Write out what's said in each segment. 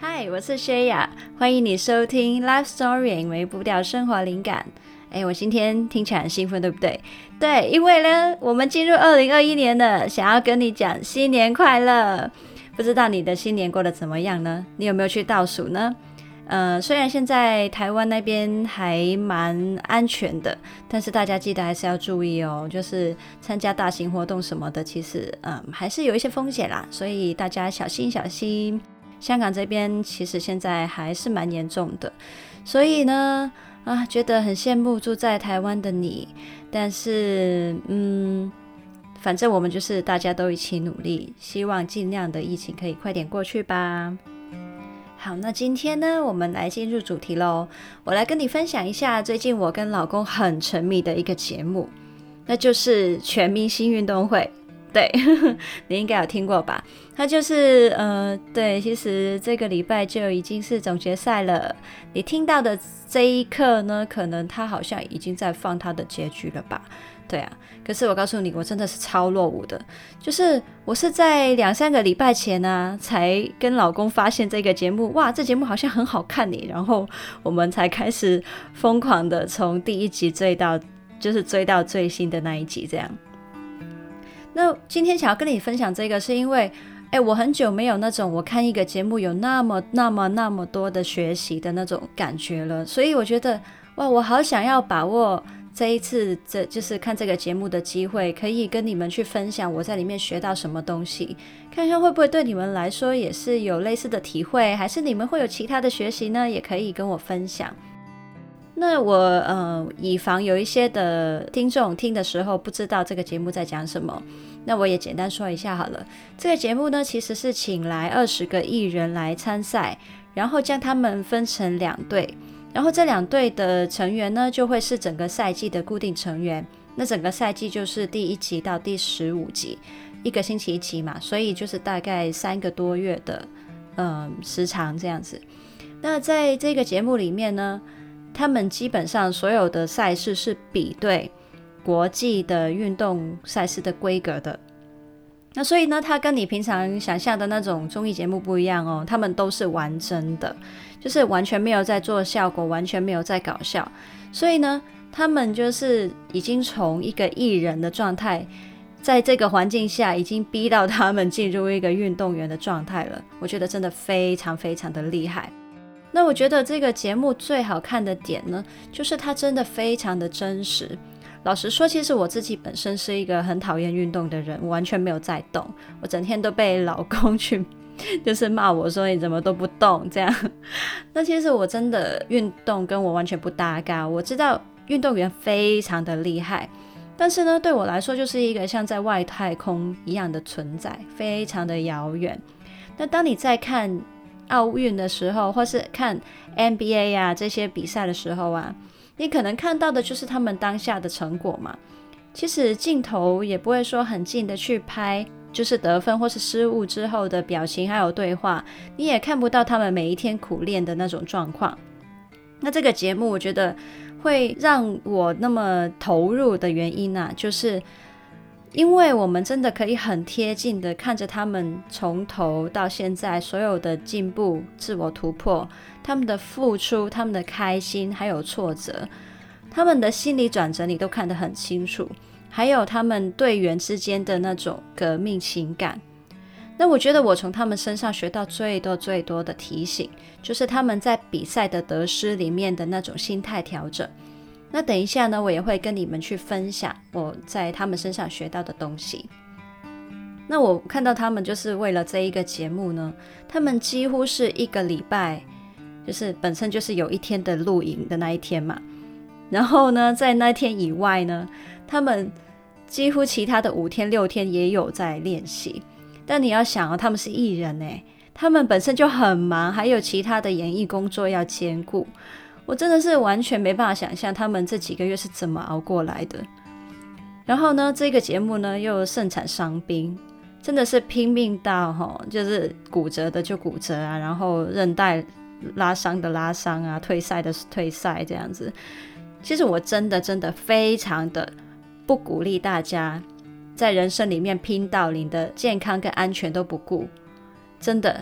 嗨，我是薛雅，欢迎你收听 Life Story 隐微步调生活灵感。我今天听起来很兴奋，对不对？对，因为呢，我们进入2021年了，想要跟你讲新年快乐。不知道你的新年过得怎么样呢？你有没有去倒数呢？虽然现在台湾那边还蛮安全的，但是大家记得还是要注意哦，就是参加大型活动什么的，其实还是有一些风险啦，所以大家小心小心。香港这边其实现在还是蛮严重的，所以呢觉得很羡慕住在台湾的你，但是反正我们就是大家都一起努力，希望尽量的疫情可以快点过去吧。好，那今天呢，我们来进入主题咯。我来跟你分享一下最近我跟老公很沉迷的一个节目，那就是全明星运动会。对你应该有听过吧，它就是对，其实这个礼拜就已经是总决赛了，你听到的这一刻呢，可能他好像已经在放他的结局了吧。对啊，可是我告诉你，我真的是超落伍的，就是我是在2-3个礼拜前啊，才跟老公发现这个节目，哇，这节目好像很好看耶，然后我们才开始疯狂的从第一集追到最新的那一集这样。那今天想要跟你分享这个，是因为我很久没有那种我看一个节目有那么多的学习的那种感觉了，所以我觉得哇，我好想要把握这一次就是看这个节目的机会，可以跟你们去分享我在里面学到什么东西，看看会不会对你们来说也是有类似的体会，还是你们会有其他的学习呢，也可以跟我分享。那我以防有一些的听众听的时候不知道这个节目在讲什么，那我也简单说一下好了。这个节目呢，其实是请来20个艺人来参赛，然后将他们分成2队，然后这2队的成员呢，就会是整个赛季的固定成员。那整个赛季就是第1集到第15集，1个星期1集嘛，所以就是大概3个多月的时长这样子。那在这个节目里面呢，他们基本上所有的赛事是比对国际的运动赛事的规格的，那所以呢，它跟你平常想象的那种综艺节目不一样哦，他们都是玩真的，就是完全没有在做效果，完全没有在搞笑，所以呢，他们就是已经从一个艺人的状态，在这个环境下已经逼到他们进入一个运动员的状态了，我觉得真的非常非常的厉害。那我觉得这个节目最好看的点呢，就是它真的非常的真实。老实说，其实我自己本身是一个很讨厌运动的人，我完全没有在动，我整天都被老公去就是骂我说你怎么都不动这样。那其实我真的运动跟我完全不搭嘎，我知道运动员非常的厉害，但是呢，对我来说就是一个像在外太空一样的存在，非常的遥远。那当你在看奥运的时候，或是看 NBA 啊这些比赛的时候啊，你可能看到的就是他们当下的成果嘛。其实镜头也不会说很近的去拍，就是得分或是失误之后的表情还有对话，你也看不到他们每一天苦练的那种状况。那这个节目我觉得会让我那么投入的原因啊，就是因为我们真的可以很贴近的看着他们从头到现在所有的进步、自我突破，他们的付出、他们的开心还有挫折，他们的心理转折你都看得很清楚，还有他们队员之间的那种革命情感。那我觉得我从他们身上学到最多的提醒，就是他们在比赛的得失里面的那种心态调整。那等一下呢，我也会跟你们去分享我在他们身上学到的东西。那我看到他们就是为了这一个节目呢，他们几乎是1个礼拜，就是本身就是有1天的录影的那一天嘛，然后呢，在那天以外呢，他们几乎其他的5天6天也有在练习。但你要想哦，他们是艺人耶，他们本身就很忙，还有其他的演艺工作要兼顾，我真的是完全没办法想象他们这几个月是怎么熬过来的。然后呢，这个节目呢又盛产伤兵，真的是拼命到就是骨折的就骨折啊，然后韧带拉伤的拉伤啊，退赛的退赛这样子。其实我真的非常的不鼓励大家在人生里面拼到你的健康跟安全都不顾，真的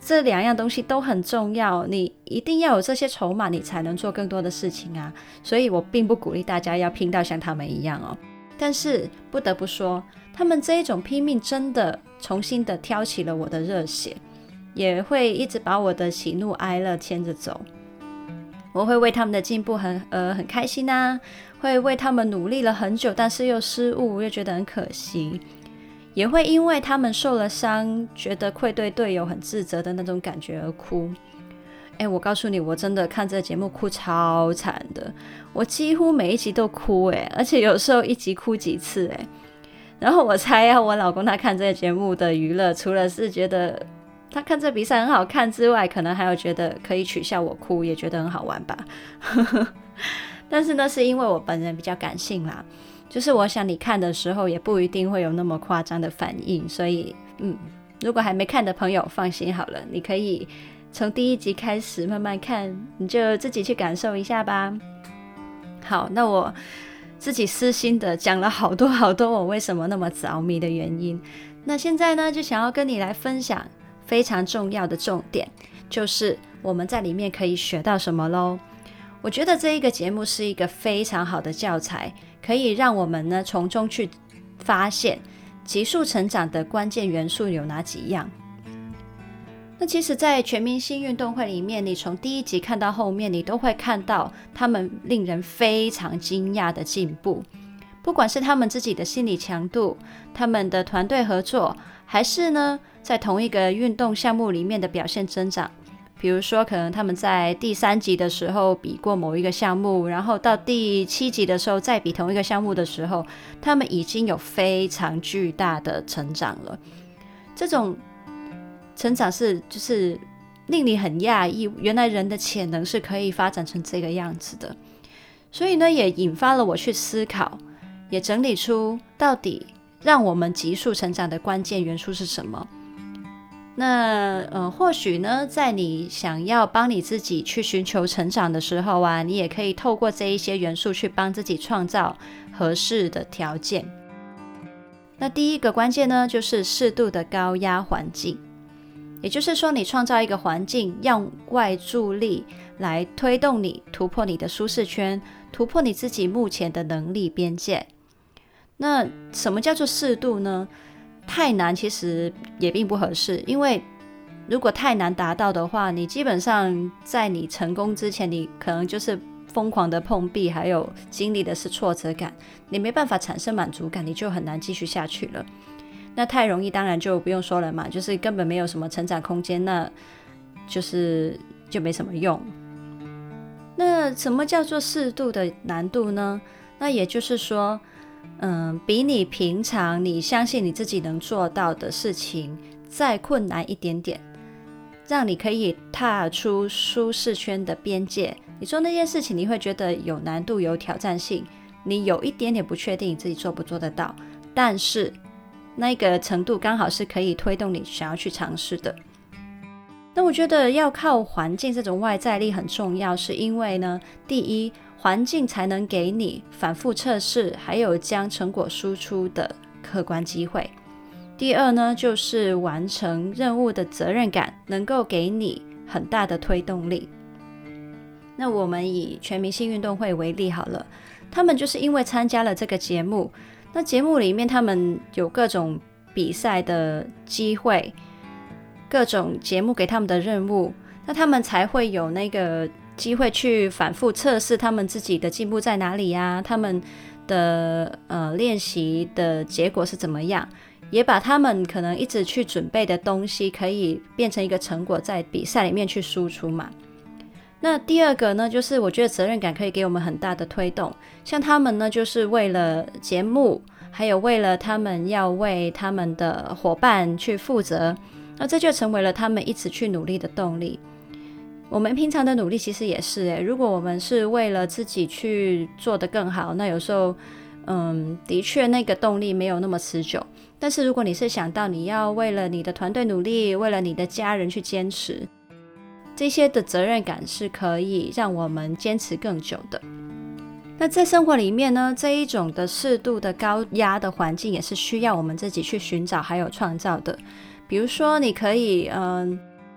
这两样东西都很重要，你一定要有这些筹码，你才能做更多的事情啊。所以我并不鼓励大家要拼到像他们一样哦。但是不得不说，他们这一种拼命真的重新的挑起了我的热血，也会一直把我的喜怒哀乐牵着走。我会为他们的进步很开心啊，会为他们努力了很久，但是又失误，又觉得很可惜，也会因为他们受了伤，觉得愧对队友，很自责的那种感觉而哭。我告诉你，我真的看这个节目哭超惨的，我几乎每一集都哭而且有时候一集哭几次然后我猜我老公他看这个节目的娱乐，除了是觉得他看这比赛很好看之外，可能还有觉得可以取笑我哭，也觉得很好玩吧但是呢，是因为我本人比较感性啦，就是我想你看的时候也不一定会有那么夸张的反应，所以如果还没看的朋友放心好了，你可以从第一集开始慢慢看，你就自己去感受一下吧。好，那我自己私心的讲了好多我为什么那么着迷的原因，那现在呢，就想要跟你来分享非常重要的重点，就是我们在里面可以学到什么咯。我觉得这一个节目是一个非常好的教材，可以让我们呢从中去发现急速成长的关键元素有哪几样。那其实在全明星运动会里面，你从第一集看到后面，你都会看到他们令人非常惊讶的进步，不管是他们自己的心理强度，他们的团队合作，还是呢在同一个运动项目里面的表现增长。比如说可能他们在第3集的时候比过某一个项目，然后到第7集的时候再比同一个项目的时候，他们已经有非常巨大的成长了。这种成长就是令你很讶异，原来人的潜能是可以发展成这个样子的。所以呢，也引发了我去思考，也整理出到底让我们急速成长的关键元素是什么。那或许呢，在你想要帮你自己去寻求成长的时候啊，你也可以透过这一些元素去帮自己创造合适的条件。那第一个关键呢，就是适度的高压环境。也就是说，你创造一个环境，用外助力来推动你突破你的舒适圈，突破你自己目前的能力边界。那什么叫做适度呢？太难其实也并不合适，因为如果太难达到的话，你基本上在你成功之前，你可能就是疯狂的碰壁，还有经历的是挫折感，你没办法产生满足感，你就很难继续下去了。那太容易当然就不用说了嘛，就是根本没有什么成长空间，那就没什么用。那什么叫做适度的难度呢？那也就是说比你平常你相信你自己能做到的事情再困难一点点，让你可以踏出舒适圈的边界。你做那件事情你会觉得有难度有挑战性，你有一点点不确定你自己做不做得到，但是那个程度刚好是可以推动你想要去尝试的。那我觉得要靠环境这种外在力很重要，是因为呢，第一，环境才能给你反复测试还有将成果输出的客观机会。第二呢，就是完成任务的责任感能够给你很大的推动力。那我们以全明星运动会为例好了，他们就是因为参加了这个节目，那节目里面他们有各种比赛的机会，各种节目给他们的任务，那他们才会有那个机会去反复测试他们自己的进步在哪里啊，他们的练习的结果是怎么样，也把他们可能一直去准备的东西可以变成一个成果在比赛里面去输出嘛。那第二个呢，就是我觉得责任感可以给我们很大的推动，像他们呢就是为了节目，还有为了他们要为他们的伙伴去负责，那这就成为了他们一直去努力的动力。我们平常的努力其实也是如果我们是为了自己去做得更好，那有时候的确那个动力没有那么持久，但是如果你是想到你要为了你的团队努力，为了你的家人去坚持，这些的责任感是可以让我们坚持更久的。那在生活里面呢，这一种的适度的高压的环境也是需要我们自己去寻找还有创造的。比如说你可以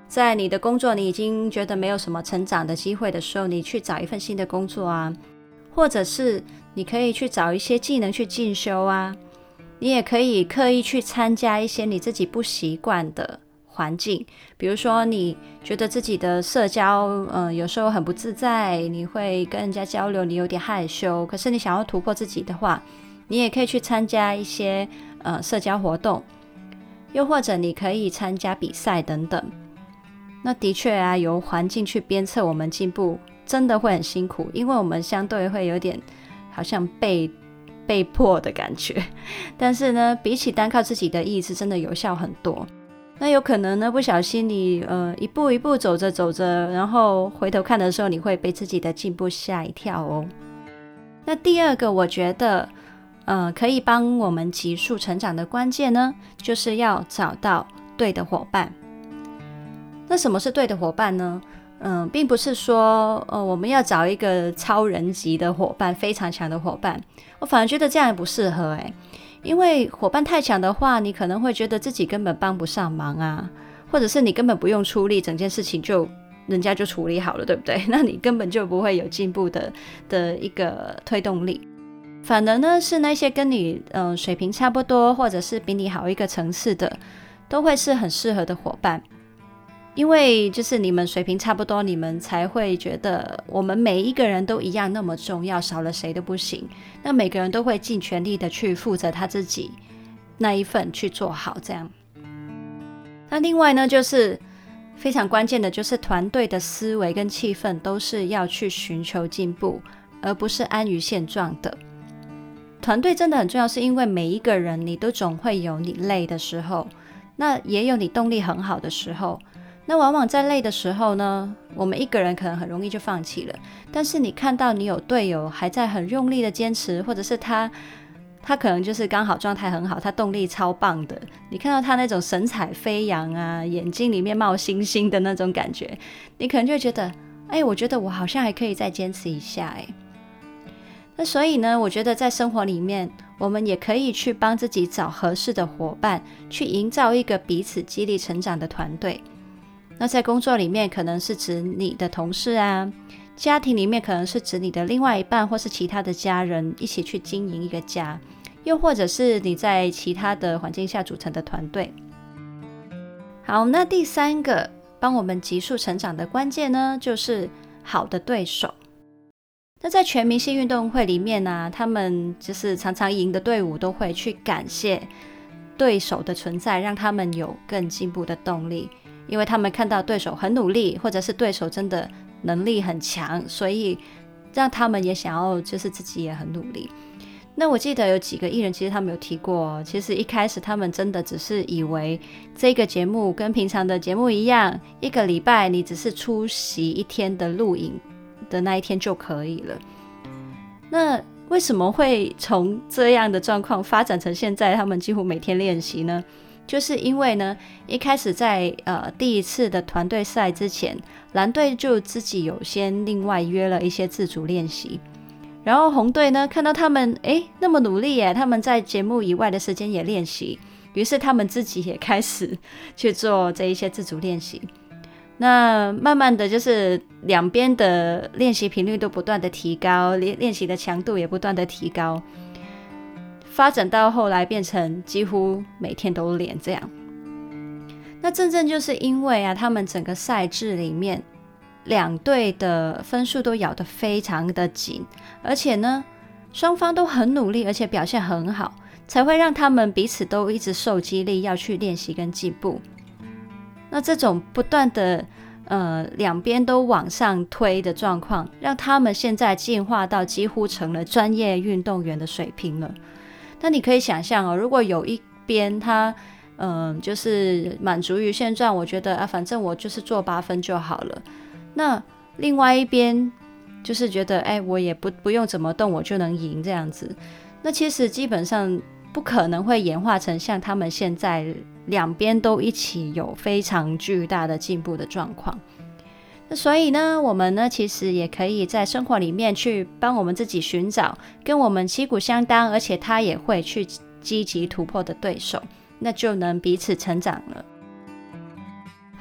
在你的工作你已经觉得没有什么成长的机会的时候，你去找一份新的工作啊，或者是你可以去找一些技能去进修啊，你也可以刻意去参加一些你自己不习惯的环境，比如说你觉得自己的社交有时候很不自在，你会跟人家交流你有点害羞，可是你想要突破自己的话，你也可以去参加一些社交活动，又或者你可以参加比赛等等。那的确啊，由环境去鞭策我们进步真的会很辛苦，因为我们相对会有点好像被迫的感觉，但是呢，比起单靠自己的意志真的有效很多。那有可能呢，不小心你一步一步走着走着，然后回头看的时候，你会被自己的进步吓一跳哦。那第二个我觉得可以帮我们急速成长的关键呢，就是要找到对的伙伴。那什么是对的伙伴呢？并不是说我们要找一个超人级的伙伴，非常强的伙伴，我反而觉得这样也不适合因为伙伴太强的话，你可能会觉得自己根本帮不上忙啊，或者是你根本不用出力，整件事情就人家就处理好了，对不对？那你根本就不会有进步的一个推动力。反而呢，是那些跟你水平差不多，或者是比你好一个层次的，都会是很适合的伙伴。因为就是你们水平差不多，你们才会觉得我们每一个人都一样那么重要，少了谁都不行。那每个人都会尽全力的去负责他自己那一份去做好这样。那另外呢，就是非常关键的，就是团队的思维跟气氛都是要去寻求进步，而不是安于现状的。团队真的很重要，是因为每一个人你都总会有你累的时候，那也有你动力很好的时候。那往往在累的时候呢，我们一个人可能很容易就放弃了，但是你看到你有队友还在很用力的坚持，或者是他可能就是刚好状态很好，他动力超棒的，你看到他那种神采飞扬啊，眼睛里面冒星星的那种感觉，你可能就会觉得我觉得我好像还可以再坚持一下那所以呢，我觉得在生活里面我们也可以去帮自己找合适的伙伴，去营造一个彼此激励成长的团队。那在工作里面可能是指你的同事啊，家庭里面可能是指你的另外一半或是其他的家人一起去经营一个家，又或者是你在其他的环境下组成的团队。好，那第三个帮我们急速成长的关键呢，就是好的对手。那在全明星运动会里面呢，他们就是常常赢的队伍都会去感谢对手的存在，让他们有更进步的动力，因为他们看到对手很努力，或者是对手真的能力很强，所以让他们也想要就是自己也很努力。那我记得有几个艺人其实他们有提过其实一开始他们真的只是以为这个节目跟平常的节目一样，一个礼拜你只是出席一天的录影的那一天就可以了。那为什么会从这样的状况发展成现在他们几乎每天练习呢？就是因为呢，一开始在第一次的团队赛之前，蓝队就自己有先另外约了一些自主练习，然后红队呢看到他们那么努力耶，他们在节目以外的时间也练习，于是他们自己也开始去做这一些自主练习。那慢慢的就是两边的练习频率都不断的提高，练习的强度也不断的提高，发展到后来变成几乎每天都练这样。那真正就是因为他们整个赛制里面两队的分数都咬得非常的紧，而且呢双方都很努力，而且表现很好，才会让他们彼此都一直受激励要去练习跟进步。那这种不断的两边都往上推的状况，让他们现在进化到几乎成了专业运动员的水平了。那你可以想象如果有一边他就是满足于现状，我觉得反正我就是做8分就好了，那另外一边就是觉得我也不用怎么动我就能赢这样子，那其实基本上不可能会演化成像他们现在两边都一起有非常巨大的进步的状况。那所以呢，我们呢其实也可以在生活里面去帮我们自己寻找跟我们旗鼓相当，而且他也会去积极突破的对手，那就能彼此成长了。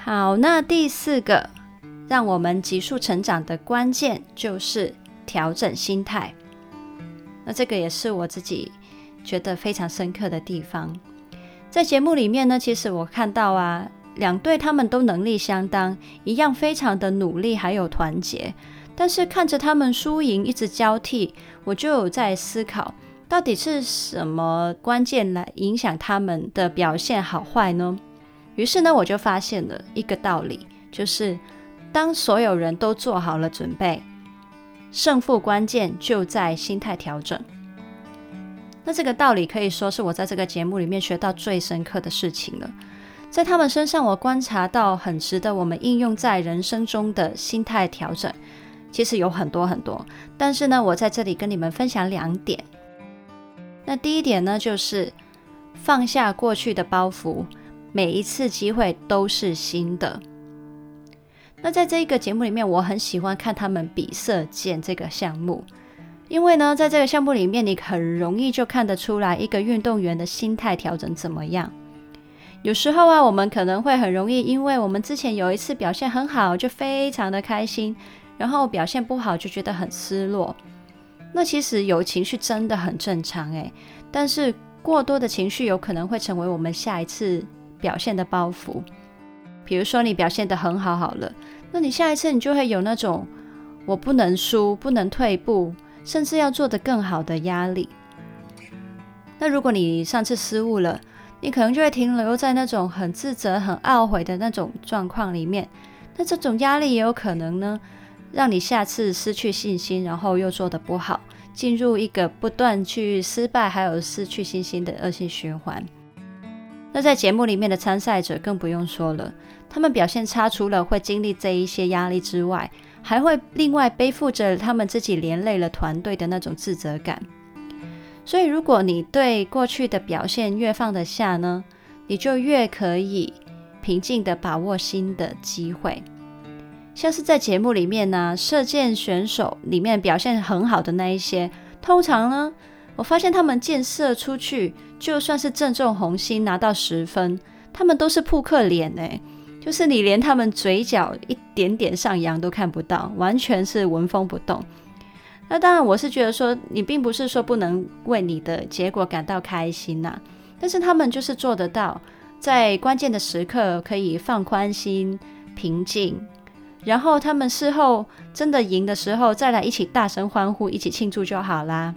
好，那第4个让我们急速成长的关键就是调整心态。那这个也是我自己觉得非常深刻的地方。在节目里面呢，其实我看到啊，2队他们都能力相当，一样非常的努力还有团结，但是看着他们输赢一直交替，我就有在思考到底是什么关键来影响他们的表现好坏呢？于是呢，我就发现了一个道理，就是当所有人都做好了准备，胜负关键就在心态调整。那这个道理可以说是我在这个节目里面学到最深刻的事情了。在他们身上，我观察到很值得我们应用在人生中的心态调整，其实有很多很多，但是呢，我在这里跟你们分享2点。那第一点呢，就是放下过去的包袱，每一次机会都是新的。那在这个节目里面，我很喜欢看他们比射箭这个项目，因为呢，在这个项目里面，你很容易就看得出来一个运动员的心态调整怎么样。有时候啊，我们可能会很容易，因为我们之前有一次表现很好，就非常的开心，然后表现不好就觉得很失落。那其实有情绪真的很正常但是过多的情绪有可能会成为我们下一次表现的包袱。比如说你表现得很好好了，那你下一次你就会有那种我不能输，不能退步，甚至要做得更好的压力。那如果你上次失误了，你可能就会停留在那种很自责、很懊悔的那种状况里面。那这种压力也有可能呢，让你下次失去信心，然后又做得不好，进入一个不断去失败还有失去信心的恶性循环。那在节目里面的参赛者更不用说了，他们表现差，除了会经历这一些压力之外，还会另外背负着他们自己连累了团队的那种自责感。所以如果你对过去的表现越放得下呢，你就越可以平静地把握新的机会。像是在节目里面呢，射箭选手里面表现很好的那一些，通常呢，我发现他们箭射出去，就算是正中红心拿到10分，他们都是扑克脸就是你连他们嘴角一点点上扬都看不到，完全是纹风不动。那当然我是觉得说，你并不是说不能为你的结果感到开心但是他们就是做得到，在关键的时刻可以放宽心、平静，然后他们事后真的赢的时候再来一起大声欢呼，一起庆祝就好啦。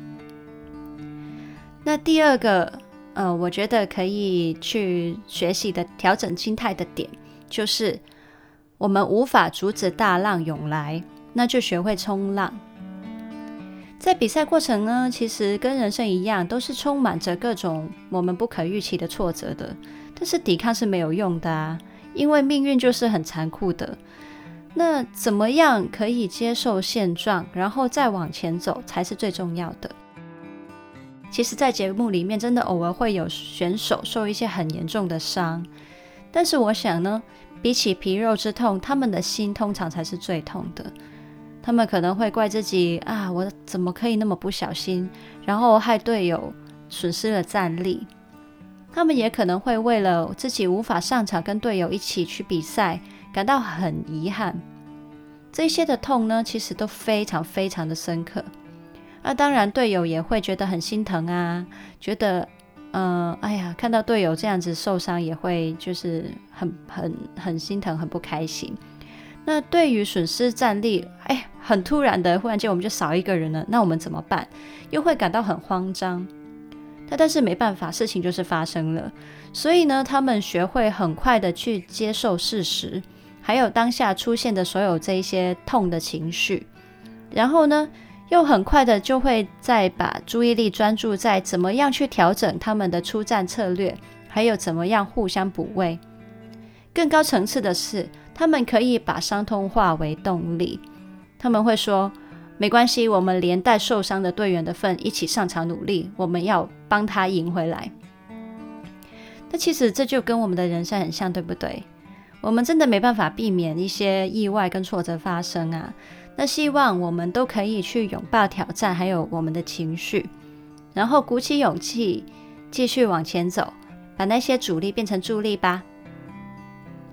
那第2个我觉得可以去学习的调整心态的点，就是我们无法阻止大浪涌来，那就学会冲浪。在比赛过程呢，其实跟人生一样，都是充满着各种我们不可预期的挫折的，但是抵抗是没有用的因为命运就是很残酷的。那怎么样可以接受现状，然后再往前走，才是最重要的。其实在节目里面真的偶尔会有选手受一些很严重的伤，但是我想呢，比起皮肉之痛，他们的心通常才是最痛的。他们可能会怪自己我怎么可以那么不小心，然后害队友损失了战力。他们也可能会为了自己无法上场跟队友一起去比赛感到很遗憾。这些的痛呢，其实都非常非常的深刻。当然队友也会觉得很心疼觉得看到队友这样子受伤也会就是很心疼，很不开心。那对于损失战力很突然的，忽然间我们就少一个人了，那我们怎么办？又会感到很慌张。但是没办法，事情就是发生了。所以呢，他们学会很快的去接受事实，还有当下出现的所有这一些痛的情绪，然后呢又很快的就会再把注意力专注在怎么样去调整他们的出战策略，还有怎么样互相补位。更高层次的是，他们可以把伤痛化为动力。他们会说，没关系，我们连带受伤的队员的份一起上场努力，我们要帮他赢回来。那其实这就跟我们的人生很像，对不对？我们真的没办法避免一些意外跟挫折发生那希望我们都可以去拥抱挑战，还有我们的情绪，然后鼓起勇气继续往前走，把那些阻力变成助力吧。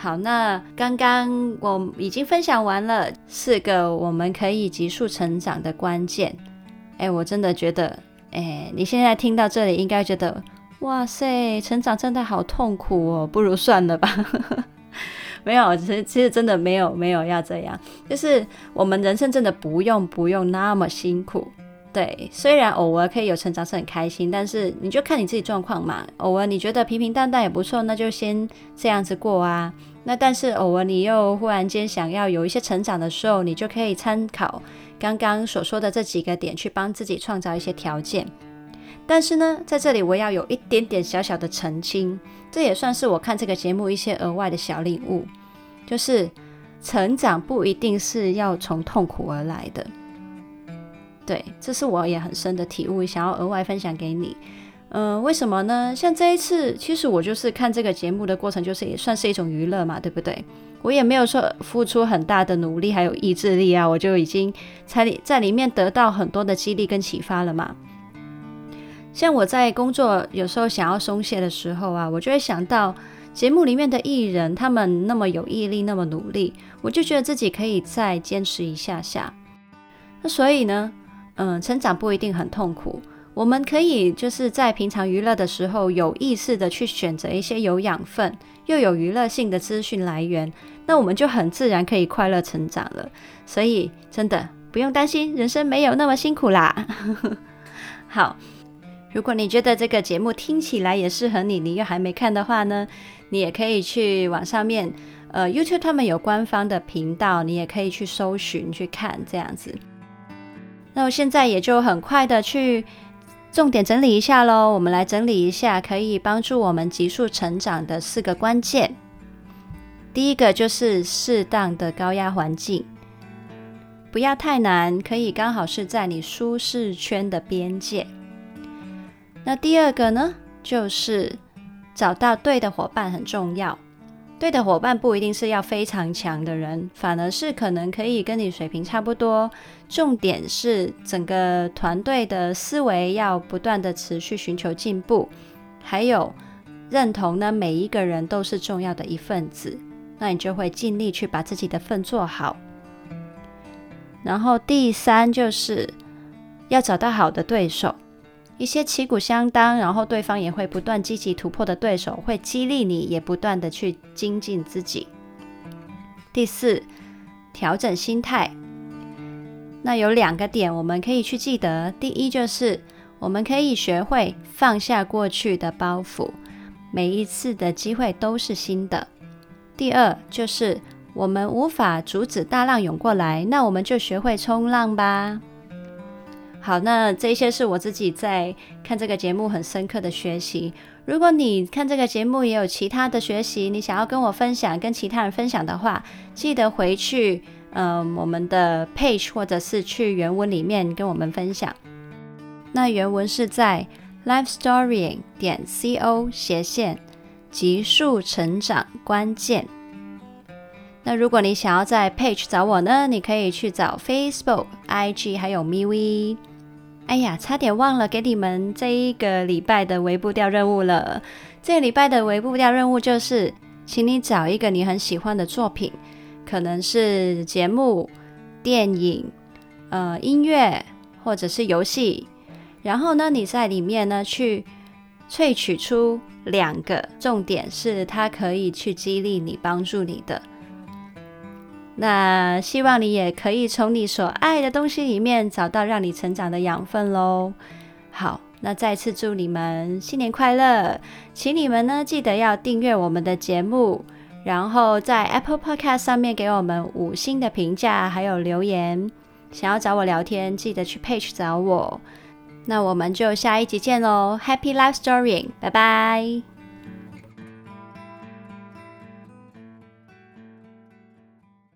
好，那刚刚我已经分享完了4个我们可以急速成长的关键。我真的觉得你现在听到这里应该觉得哇塞，成长真的好痛苦哦，不如算了吧。没有，其实真的没有要这样，就是我们人生真的不用那么辛苦。对，虽然偶尔可以有成长是很开心，但是你就看你自己状况嘛，偶尔你觉得平平淡淡也不错，那就先这样子过啊。那但是偶尔你又忽然间想要有一些成长的时候，你就可以参考刚刚所说的这几个点去帮自己创造一些条件。但是呢，在这里我要有一点点小小的澄清，这也算是我看这个节目一些额外的小领悟，就是成长不一定是要从痛苦而来的。对，这是我也很深的体悟，想要额外分享给你。为什么呢？像这一次，其实我就是看这个节目的过程，就是也算是一种娱乐嘛，对不对？我也没有说付出很大的努力还有意志力啊，我就已经在里面得到很多的激励跟启发了嘛。像我在工作有时候想要松懈的时候啊，我就会想到节目里面的艺人，他们那么有毅力，那么努力，我就觉得自己可以再坚持一下下。那所以呢，成长不一定很痛苦，我们可以就是在平常娱乐的时候有意识的去选择一些有养分又有娱乐性的资讯来源，那我们就很自然可以快乐成长了。所以真的不用担心，人生没有那么辛苦啦。好，如果你觉得这个节目听起来也适合你，你又还没看的话呢，你也可以去网上面YouTube 他们有官方的频道，你也可以去搜寻去看这样子。那我现在也就很快的去重点整理一下咯，我们来整理一下可以帮助我们急速成长的4个关键。第一个就是适当的高压环境，不要太难，可以刚好是在你舒适圈的边界。那第二个呢，就是找到对的伙伴很重要。对的伙伴不一定是要非常强的人，反而是可能可以跟你水平差不多，重点是整个团队的思维要不断的持续寻求进步，还有认同呢每一个人都是重要的一份子，那你就会尽力去把自己的份做好。然后第3就是要找到好的对手，一些旗鼓相当，然后对方也会不断积极突破的对手，会激励你也不断的去精进自己。第4，调整心态。那有2个点我们可以去记得，第一就是我们可以学会放下过去的包袱，每一次的机会都是新的。第2就是我们无法阻止大浪涌过来，那我们就学会冲浪吧。好，那这些是我自己在看这个节目很深刻的学习。如果你看这个节目也有其他的学习，你想要跟我分享，跟其他人分享的话，记得回去我们的 page 或者是去原文里面跟我们分享。那原文是在 lifestorying.co/ 急速成长关键。那如果你想要在 page 找我呢，你可以去找 Facebook、IG 还有 MeWe。哎呀，差点忘了给你们这一个礼拜的微步调任务了。这个礼拜的微步调任务就是，请你找一个你很喜欢的作品，可能是节目、电影、音乐或者是游戏，然后呢，你在里面呢去萃取出2个重点，是它可以去激励你、帮助你的。那希望你也可以从你所爱的东西里面找到让你成长的养分咯。好，那再次祝你们新年快乐，请你们呢记得要订阅我们的节目，然后在 Apple Podcast 上面给我们5星的评价还有留言。想要找我聊天，记得去 page 找我。那我们就下一集见咯， Happy Life Storying， 拜拜。